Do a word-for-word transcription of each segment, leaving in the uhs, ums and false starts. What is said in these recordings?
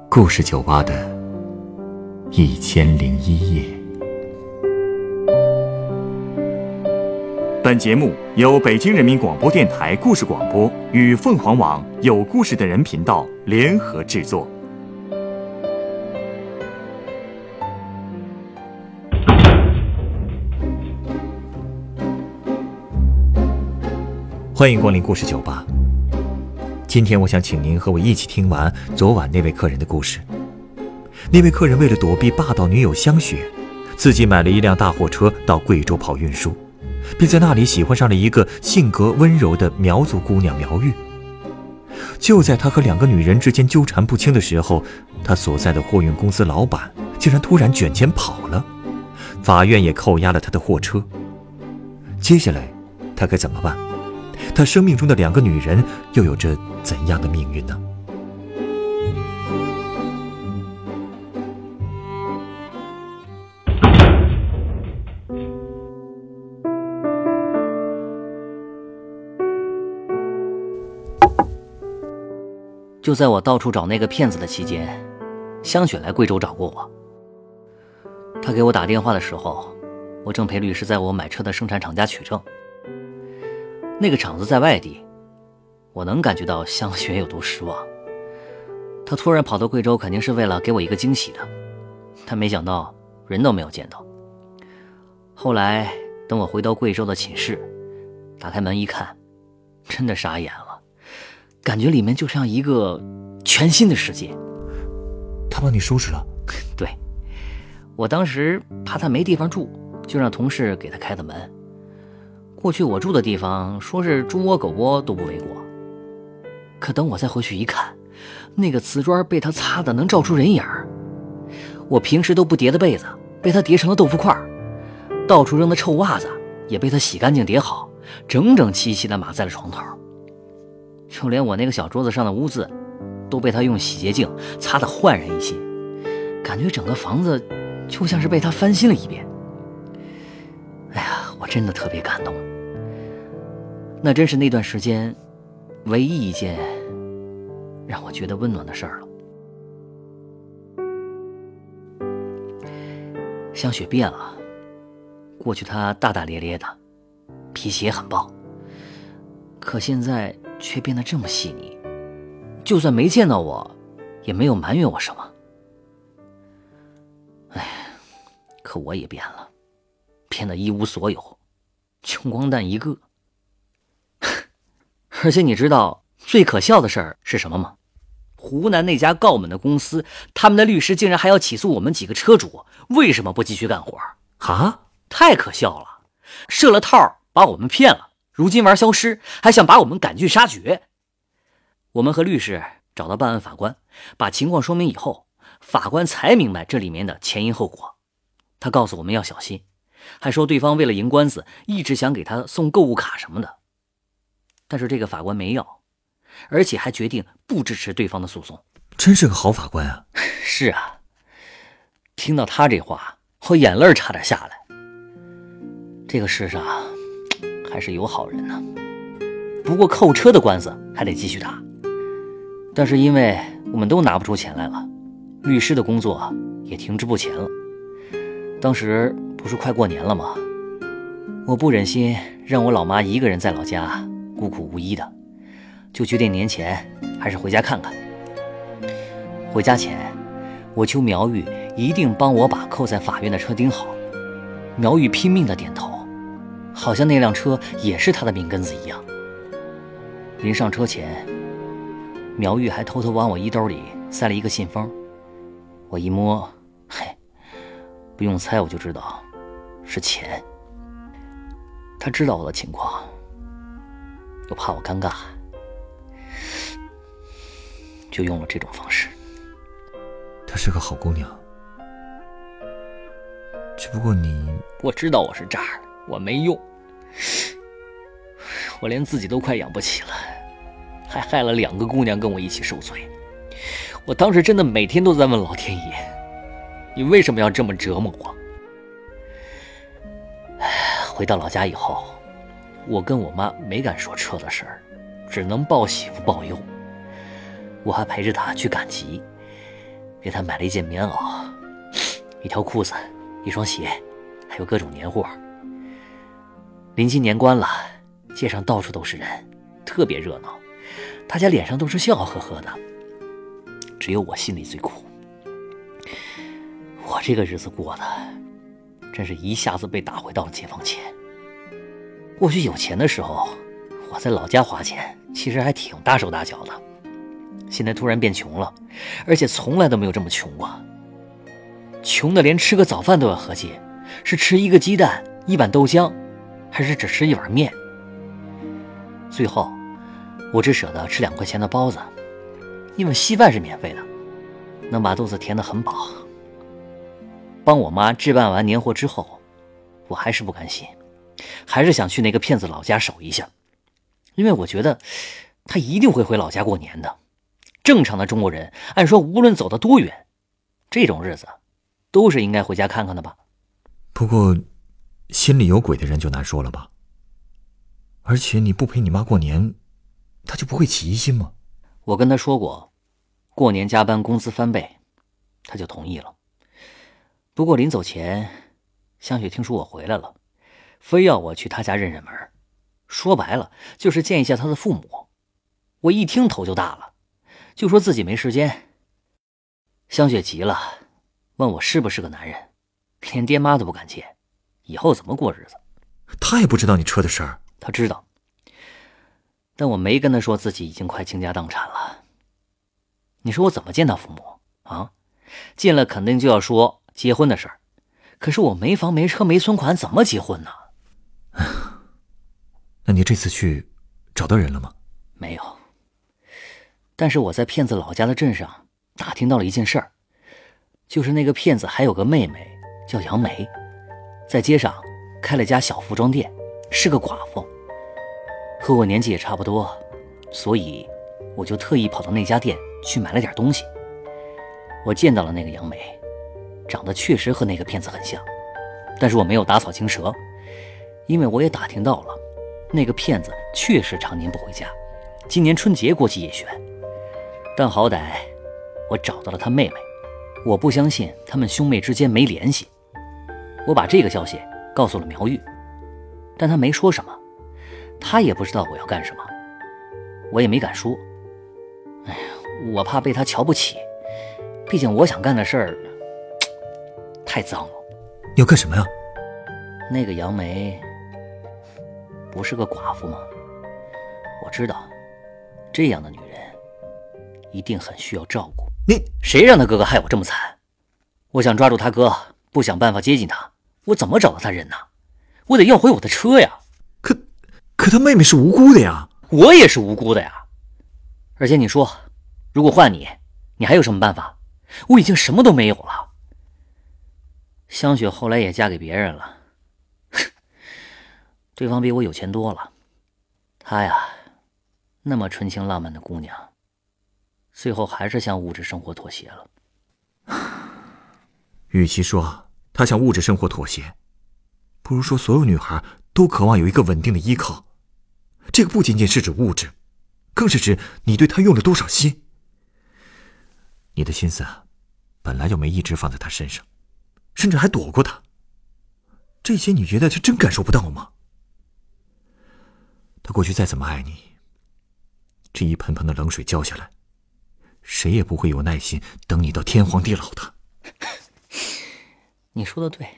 故事酒吧的一千零一夜。本节目由北京人民广播电台故事广播与凤凰网有故事的人频道联合制作。欢迎光临故事酒吧。今天我想请您和我一起听完昨晚那位客人的故事。那位客人为了躲避霸道女友香雪，自己买了一辆大货车到贵州跑运输，并在那里喜欢上了一个性格温柔的苗族姑娘苗玉。就在他和两个女人之间纠缠不清的时候，他所在的货运公司老板竟然突然卷钱跑了，法院也扣押了他的货车。接下来他该怎么办？他生命中的两个女人又有着怎样的命运呢？ 就在我到处找那个骗子的期间，香雪来贵州找过我。她给我打电话的时候，我正陪律师在我买车的生产厂家取证。那个厂子在外地，我能感觉到香雪有多失望。她突然跑到贵州，肯定是为了给我一个惊喜的，但没想到人都没有见到。后来等我回到贵州的寝室，打开门一看，真的傻眼了，感觉里面就像一个全新的世界。 他帮你收拾了？ 对，我当时怕他没地方住，就让同事给他开的门。过去我住的地方说是猪窝狗窝都不为过，可等我再回去一看，那个瓷砖被他擦得能照出人影儿。我平时都不叠的被子被他叠成了豆腐块，到处扔的臭袜子也被他洗干净叠好，整整齐齐地码在了床头。就连我那个小桌子上的污渍都被他用洗洁精擦得焕然一新，感觉整个房子就像是被他翻新了一遍。哎呀，我真的特别感动。那真是那段时间唯一一件让我觉得温暖的事儿了。香雪变了，过去她大大咧咧的，脾气也很暴，可现在却变得这么细腻，就算没见到我也没有埋怨我什么。哎，可我也变了，变得一无所有，穷光蛋一个。而且你知道最可笑的事儿是什么吗？湖南那家告我们的公司，他们的律师竟然还要起诉我们几个车主，为什么不继续干活啊？太可笑了，设了套把我们骗了，如今玩消失，还想把我们赶尽杀绝。我们和律师找到办案法官，把情况说明以后，法官才明白这里面的前因后果。他告诉我们要小心，还说对方为了赢官司一直想给他送购物卡什么的，但是这个法官没要，而且还决定不支持对方的诉讼。 真是个好法官啊。 是啊，听到他这话，我眼泪差点下来。这个世上还是有好人呢。不过扣车的官司还得继续打，但是因为我们都拿不出钱来了，律师的工作也停滞不前了。当时不是快过年了吗？我不忍心让我老妈一个人在老家孤苦无依的，就决定年前还是回家看看。回家前，我求苗玉一定帮我把扣在法院的车盯好。苗玉拼命地点头，好像那辆车也是他的命根子一样。临上车前，苗玉还偷偷往我衣兜里塞了一个信封，我一摸，嘿，不用猜我就知道是钱。他知道我的情况，又怕我尴尬，就用了这种方式。 她是个好姑娘，只不过你…… 我知道我是渣的，我没用，我连自己都快养不起了，还害了两个姑娘跟我一起受罪。我当时真的每天都在问老天爷，你为什么要这么折磨我？回到老家以后，我跟我妈没敢说车的事儿，只能报喜不报忧。我还陪着她去赶集， 给他买了一件棉袄，一条裤子，一双鞋，还有各种年货。临近年关了，街上到处都是人，特别热闹，大家脸上都是笑呵呵的，只有我心里最苦。我这个日子过的真是一下子被打回到了解放前。过去有钱的时候，我在老家花钱其实还挺大手大脚的，现在突然变穷了，而且从来都没有这么穷过。穷的连吃个早饭都要合计，是吃一个鸡蛋一碗豆浆，还是只吃一碗面。最后我只舍得吃两块钱的包子，因为稀饭是免费的，能把肚子填得很饱。帮我妈置办完年货之后，我还是不甘心，还是想去那个骗子老家守一下，因为我觉得他一定会回老家过年的。正常的中国人按说无论走得多远，这种日子都是应该回家看看的吧。 不过心里有鬼的人就难说了吧。而且你不陪你妈过年，她就不会起疑心吗？ 我跟她说过过年加班工资翻倍，她就同意了。不过临走前，香雪听说我回来了，非要我去她家认认门，说白了就是见一下她的父母。我一听头就大了，就说自己没时间。香雪急了，问我是不是个男人，连爹妈都不敢见，以后怎么过日子？ 她也不知道你车的事儿。 她知道，但我没跟她说自己已经快倾家荡产了。你说我怎么见她父母啊？见了肯定就要说结婚的事儿，可是我没房没车没存款，怎么结婚呢？ 那你这次去找到人了吗？ 没有，但是我在骗子老家的镇上打听到了一件事儿，就是那个骗子还有个妹妹叫杨梅，在街上开了家小服装店，是个寡妇，和我年纪也差不多，所以我就特意跑到那家店去买了点东西。我见到了那个杨梅，长得确实和那个骗子很像，但是我没有打草惊蛇，因为我也打听到了那个骗子确实常年不回家，今年春节过去也悬。但好歹我找到了他妹妹，我不相信他们兄妹之间没联系。我把这个消息告诉了苗玉，但他没说什么，他也不知道我要干什么，我也没敢说。哎呀，我怕被他瞧不起，毕竟我想干的事儿太脏了。 你要干什么呀？ 那个杨梅不是个寡妇吗？我知道这样的女人一定很需要照顾。 你谁让他哥哥害我这么惨？我想抓住他哥，不想办法接近他，我怎么找到他人呢？我得要回我的车呀。 可可他妹妹是无辜的呀。 我也是无辜的呀。而且你说，如果换你，你还有什么办法？我已经什么都没有了。香雪后来也嫁给别人了，对方比我有钱多了。她呀，那么纯情浪漫的姑娘，最后还是向物质生活妥协了。 与其说她向物质生活妥协，不如说所有女孩都渴望有一个稳定的依靠。这个不仅仅是指物质，更是指你对她用了多少心。你的心思本来就没一直放在她身上，甚至还躲过她。这些你觉得她真感受不到吗？她过去再怎么爱你，这一盆盆的冷水浇下来，谁也不会有耐心等你到天荒地老的。 你说的对。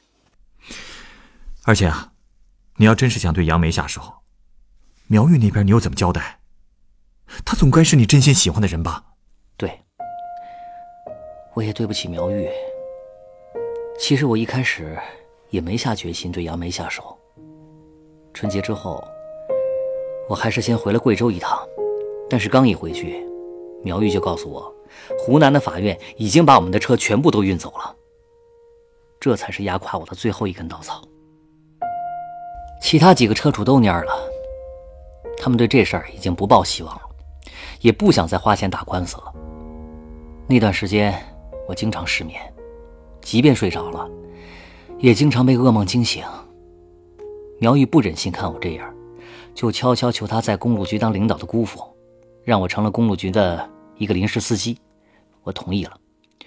而且啊，你要真是想对杨梅下手，苗玉那边你又怎么交代？他总该是你真心喜欢的人吧？ 对，我也对不起苗玉。其实我一开始也没下决心对杨梅下手。春节之后，我还是先回了贵州一趟，但是刚一回去，苗玉就告诉我，湖南的法院已经把我们的车全部都运走了。这才是压垮我的最后一根稻草。其他几个车主都蔫了，他们对这事儿已经不抱希望了，也不想再花钱打官司了。那段时间我经常失眠，即便睡着了，也经常被噩梦惊醒。苗玉不忍心看我这样，就悄悄求他在公路局当领导的姑父，让我成了公路局的一个临时司机。我同意了，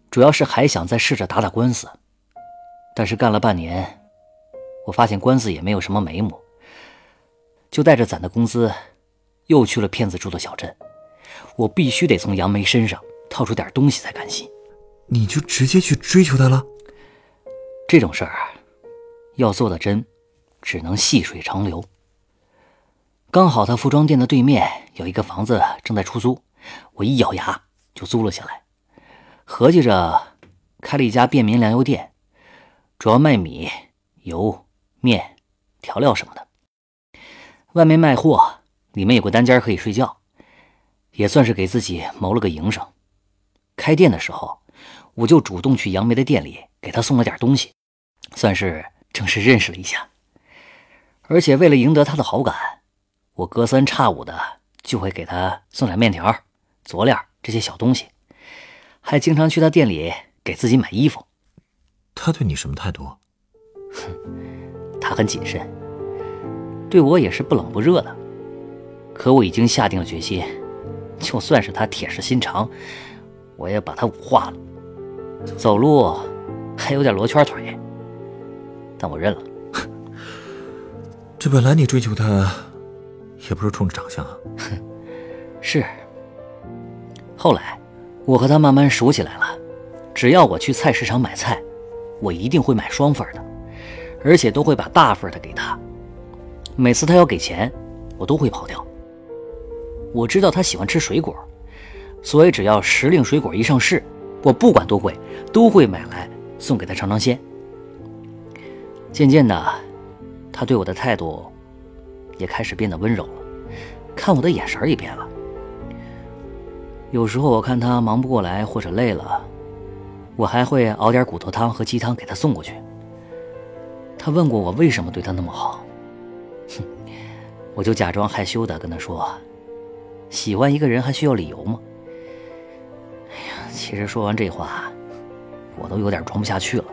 主要是还想再试着打打官司。但是干了半年，我发现官司也没有什么眉目，就带着攒的工资又去了骗子住的小镇。我必须得从杨梅身上套出点东西才甘心。 你就直接去追求她了？ 这种事儿要做的真，只能细水长流。刚好他服装店的对面有一个房子正在出租，我一咬牙就租了下来。合计着开了一家便民粮油店，主要卖米、油、面、调料什么的。外面卖货，里面有个单间可以睡觉，也算是给自己谋了个营生。开店的时候，我就主动去杨梅的店里给她送了点东西，算是正式认识了一下。而且为了赢得她的好感，我隔三差五的就会给她送点面条、佐料这些小东西，还经常去她店里给自己买衣服。 她对你什么态度？ 她很谨慎，对我也是不冷不热的。可我已经下定了决心，就算是她铁石心肠，我也把她五化了。走路还有点罗圈腿，但我认了。 这本来你追求她也不是冲着长相啊。 是。后来我和她慢慢熟起来了，只要我去菜市场买菜，我一定会买双份的，而且都会把大份的给她。每次她要给钱，我都会跑掉。我知道她喜欢吃水果，所以只要时令水果一上市，我不管多贵都会买来送给她尝尝鲜。渐渐的，她对我的态度也开始变得温柔了，看我的眼神也变了。有时候我看她忙不过来或者累了，我还会熬点骨头汤和鸡汤给她送过去。她问过我为什么对她那么好，哼，我就假装害羞的跟她说，喜欢一个人还需要理由吗？哎呀，其实说完这话，我都有点装不下去了。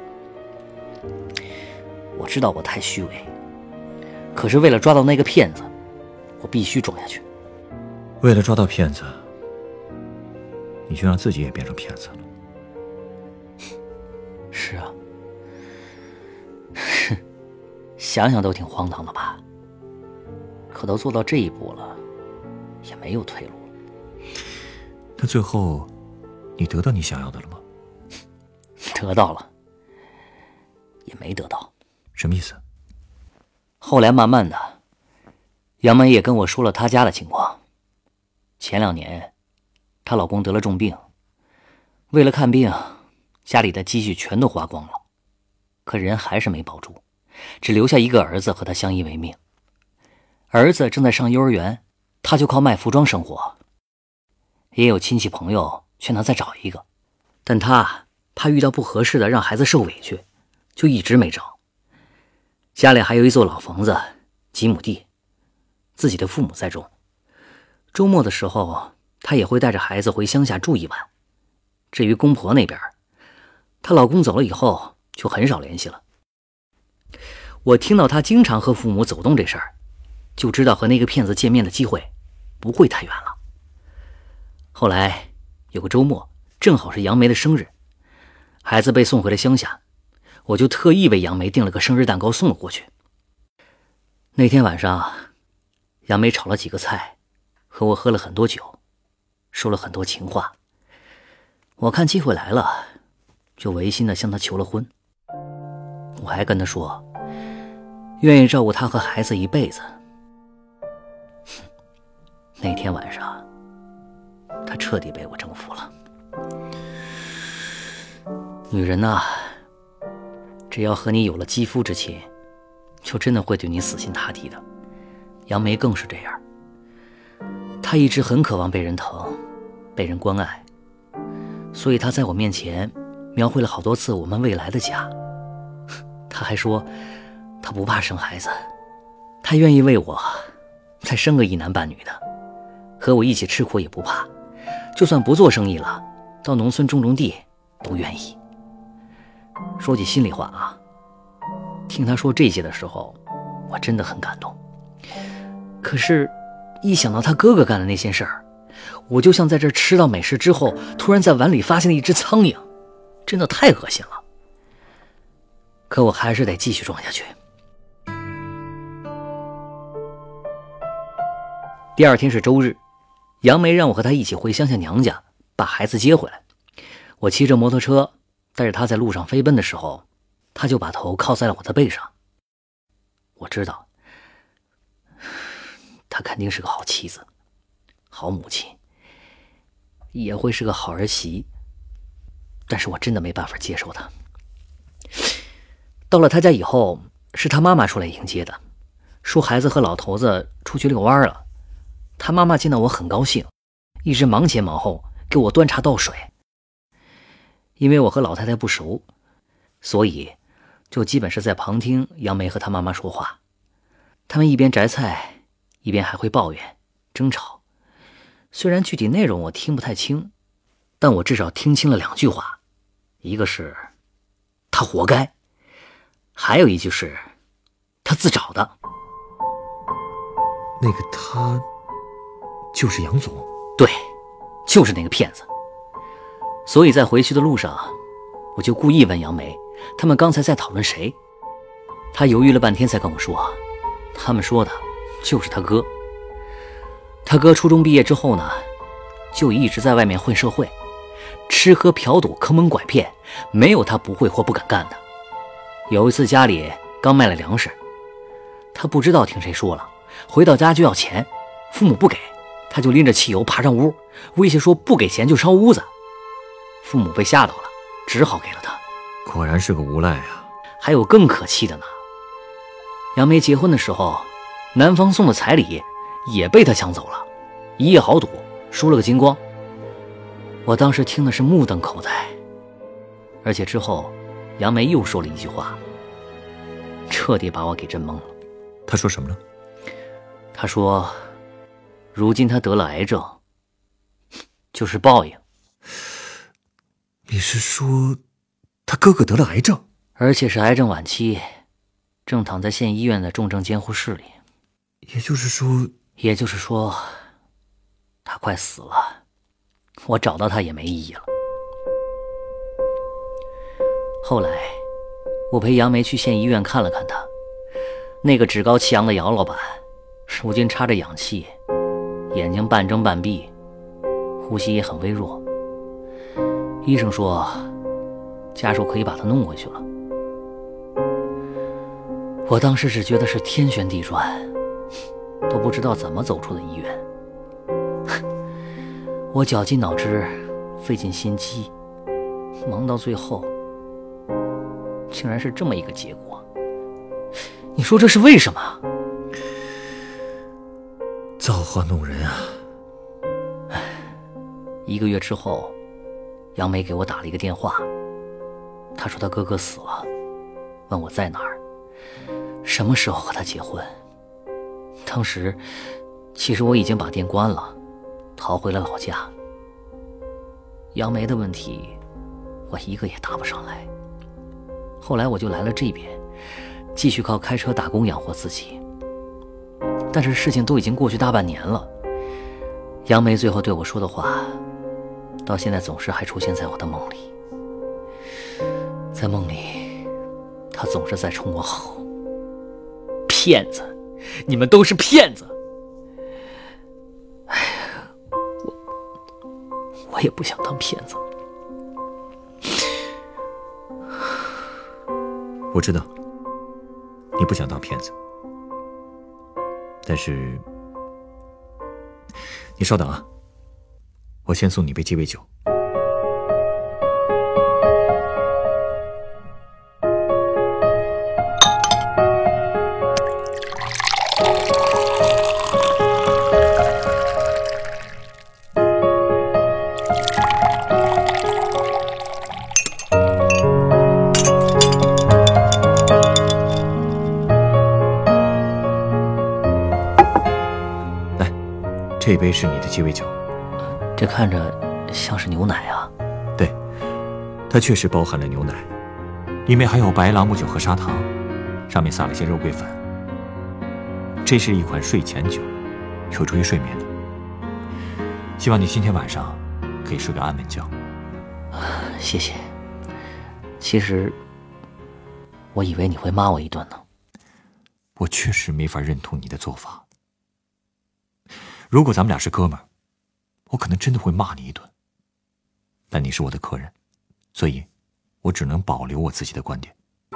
我知道我太虚伪，可是为了抓到那个骗子，我必须装下去。 为了抓到骗子，你就让自己也变成骗子了。 是啊，想想都挺荒唐的吧？可都做到这一步了，也没有退路了。 那最后，你得到你想要的了吗？ 得到了，也没得到。 什么意思？ 后来慢慢的，杨梅也跟我说了她家的情况。前两年，她老公得了重病，为了看病，家里的积蓄全都花光了，可人还是没保住，只留下一个儿子和她相依为命。儿子正在上幼儿园，她就靠卖服装生活。也有亲戚朋友劝她再找一个，但她怕遇到不合适的让孩子受委屈，就一直没找。家里还有一座老房子，几亩地，自己的父母在种。周末的时候，她也会带着孩子回乡下住一晚。至于公婆那边，她老公走了以后就很少联系了。我听到她经常和父母走动这事儿，就知道和那个骗子见面的机会不会太远了。后来有个周末，正好是杨梅的生日，孩子被送回了乡下，我就特意为杨梅订了个生日蛋糕送了过去。那天晚上，杨梅炒了几个菜，和我喝了很多酒，说了很多情话。我看机会来了，就违心的向她求了婚。我还跟她说，愿意照顾她和孩子一辈子。那天晚上，她彻底被我征服了。女人呐、啊，只要和你有了肌肤之亲，就真的会对你死心塌地的。杨梅更是这样，她一直很渴望被人疼，被人关爱，所以她在我面前描绘了好多次我们未来的家。她还说她不怕生孩子，她愿意为我再生个一男半女的，和我一起吃苦也不怕，就算不做生意了，到农村种种地都愿意。说起心里话啊，听他说这些的时候，我真的很感动。可是，一想到他哥哥干的那些事儿，我就像在这吃到美食之后，突然在碗里发现了一只苍蝇， 真的太恶心了。可我还是得继续装下去。第二天是周日，杨梅让我和她一起回乡下娘家把孩子接回来。我骑着摩托车带着她在路上飞奔的时候，她就把头靠在了我的背上。我知道她肯定是个好妻子、好母亲，也会是个好儿媳，但是我真的没办法接受她。到了她家以后，是她妈妈出来迎接的，说孩子和老头子出去遛弯了。她妈妈见到我很高兴，一直忙前忙后给我端茶倒水。因为我和老太太不熟，所以就基本是在旁听杨梅和她妈妈说话。他们一边摘菜，一边还会抱怨、争吵。虽然具体内容我听不太清，但我至少听清了两句话，一个是他活该，还有一句是他自找的。 那个他就是杨总？ 对，就是那个骗子。所以在回去的路上，我就故意问杨梅他们刚才在讨论谁。他犹豫了半天才跟我说，他们说的就是他哥。他哥初中毕业之后呢，就一直在外面混社会，吃喝嫖赌坑蒙拐骗，没有他不会或不敢干的。有一次家里刚卖了粮食，他不知道听谁说了，回到家就要钱，父母不给，他就拎着汽油爬上屋，威胁说不给钱就烧屋子。父母被吓到了，只好给了他。 果然是个无赖啊！ 还有更可气的呢，杨梅结婚的时候，男方送的彩礼也被他抢走了，一夜豪赌输了个精光。我当时听的是目瞪口呆，而且之后杨梅又说了一句话，彻底把我给震懵了。 他说什么了？ 他说如今他得了癌症，就是报应。 你是说他哥哥得了癌症？ 而且是癌症晚期，正躺在县医院的重症监护室里。 也就是说也就是说他快死了，我找到他也没意义了。后来我陪杨梅去县医院看了看他，那个趾高气扬的姚老板如今插着氧气，眼睛半睁半闭，呼吸也很微弱。医生说家属可以把他弄回去了。我当时只觉得是天旋地转，都不知道怎么走出的医院。我绞尽脑汁，费尽心机，忙到最后竟然是这么一个结果。你说这是为什么？ 造化弄人啊！ 一个月之后，杨梅给我打了一个电话，她说她哥哥死了，问我在哪儿，什么时候和他结婚。当时其实我已经把店关了，逃回了老家。杨梅的问题我一个也答不上来，后来我就来了这边，继续靠开车打工养活自己。但是事情都已经过去大半年了，杨梅最后对我说的话到现在总是还出现在我的梦里。在梦里她总是在冲我吼，骗子，你们都是骗子。哎呀，我我也不想当骗子。 我知道你不想当骗子，但是你稍等啊，我先送你杯鸡尾酒。这杯是你的鸡尾酒， 这看着像是牛奶啊。 对，它确实包含了牛奶，里面还有白朗姆酒和砂糖，上面撒了些肉桂粉。这是一款睡前酒，有助于睡眠的。希望你今天晚上可以睡个安稳觉。 谢谢。 其实我以为你会骂我一顿呢。 我确实没法认同你的做法。如果咱们俩是哥们儿，我可能真的会骂你一顿。但你是我的客人，所以我只能保留我自己的观点。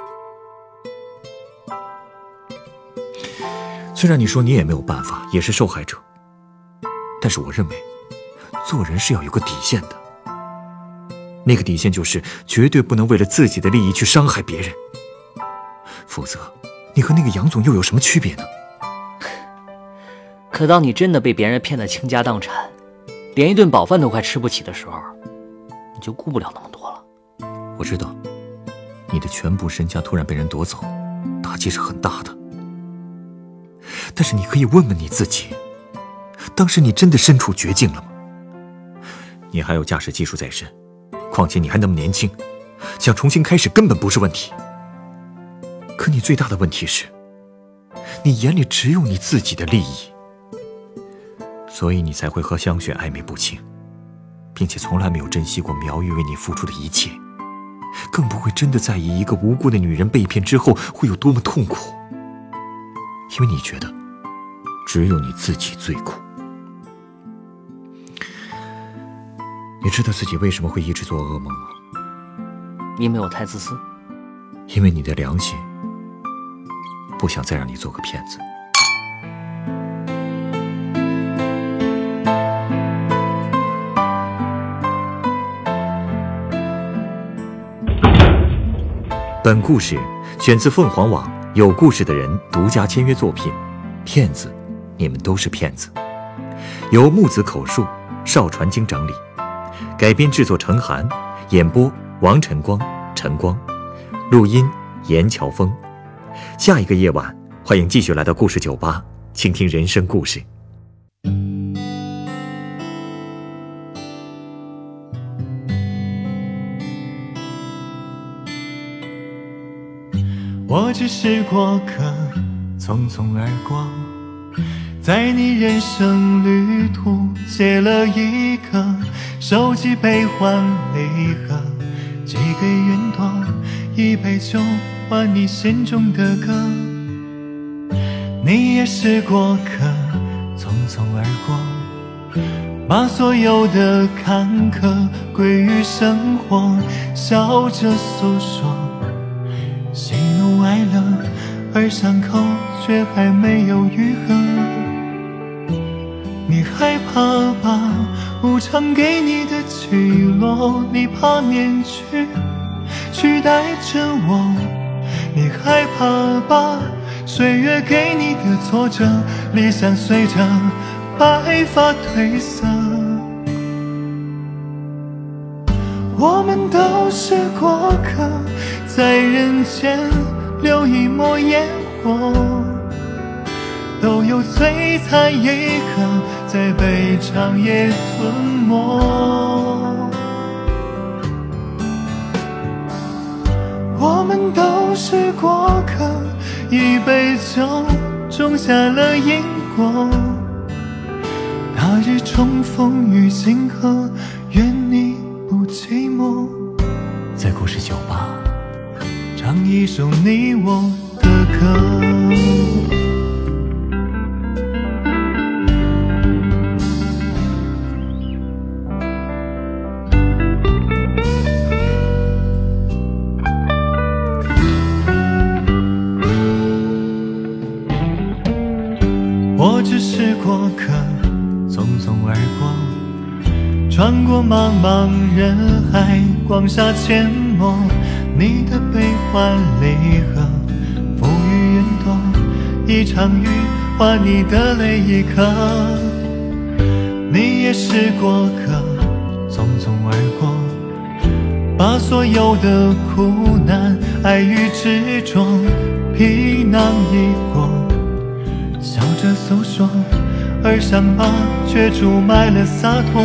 虽然你说你也没有办法，也是受害者，但是我认为做人是要有个底线的。那个底线就是绝对不能为了自己的利益去伤害别人，否则你和那个杨总又有什么区别呢？ 可当你真的被别人骗得倾家荡产，连一顿饱饭都快吃不起的时候，你就顾不了那么多了。 我知道你的全部身家突然被人夺走，打击是很大的，但是你可以问问你自己，当时你真的身处绝境了吗？你还有驾驶技术在身，况且你还那么年轻，想重新开始根本不是问题。可你最大的问题是，你眼里只有你自己的利益，所以你才会和香雪暧昧不清，并且从来没有珍惜过苗玉为你付出的一切，更不会真的在意一个无辜的女人被骗之后会有多么痛苦，因为你觉得只有你自己最苦。你知道自己为什么会一直做噩梦吗？ 因为我太自私。 因为你的良心不想再让你做个骗子。本故事选自凤凰网有故事的人独家签约作品《骗子，你们都是骗子》，由木子口述，邵传经整理，改编制作陈寒，演播王晨光、晨光，录音严乔峰。下一个夜晚，欢迎继续来到故事酒吧，倾听人生故事。 我只是过客，匆匆而过，在你人生旅途写了一个手机悲欢离合，寄给云朵一杯酒，换你心中的歌。你也是过客，匆匆而过，把所有的坎坷归于生活，笑着诉说喜怒哀乐，而伤口却还没有愈合。你害怕把无常给你的起落，你怕面具取代着我，你害怕把岁月给你的挫折，理想随着白发褪色。我们都是过客，在人间留一抹烟火，都有璀璨一刻在被长夜吞没。我们都是过客，一杯酒种下了因果，那日重逢于星河，愿你不寂寞。 在故事酒吧唱一首你我的歌。我只是过客，匆匆而过，穿过茫茫人海，广厦阡陌，你的悲欢离合，浮于云朵，一场雨换你的泪一颗。你也是过客，匆匆而过，把所有的苦难爱与执着皮囊一过，笑着诉说，而伤疤却注满了洒脱。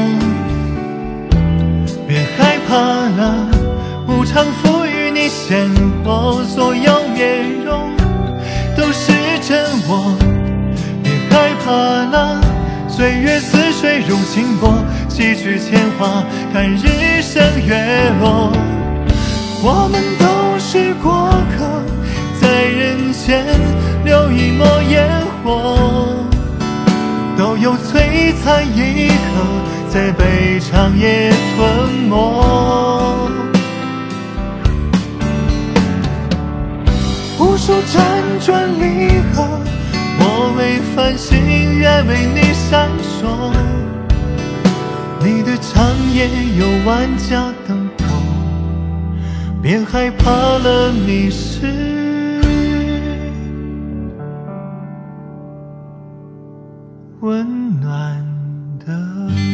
别害怕了，无常赋予你鲜活，所有面容都是真我。别害怕了，岁月似水如清波，洗去铅华，看日升月落。 我们都是过客，在人间留一抹烟火，都有璀璨一刻，在被长夜吞没。无数辗转离合，我为繁星，愿为你闪烁。你的长夜有万家灯火，别害怕了，你是温暖的。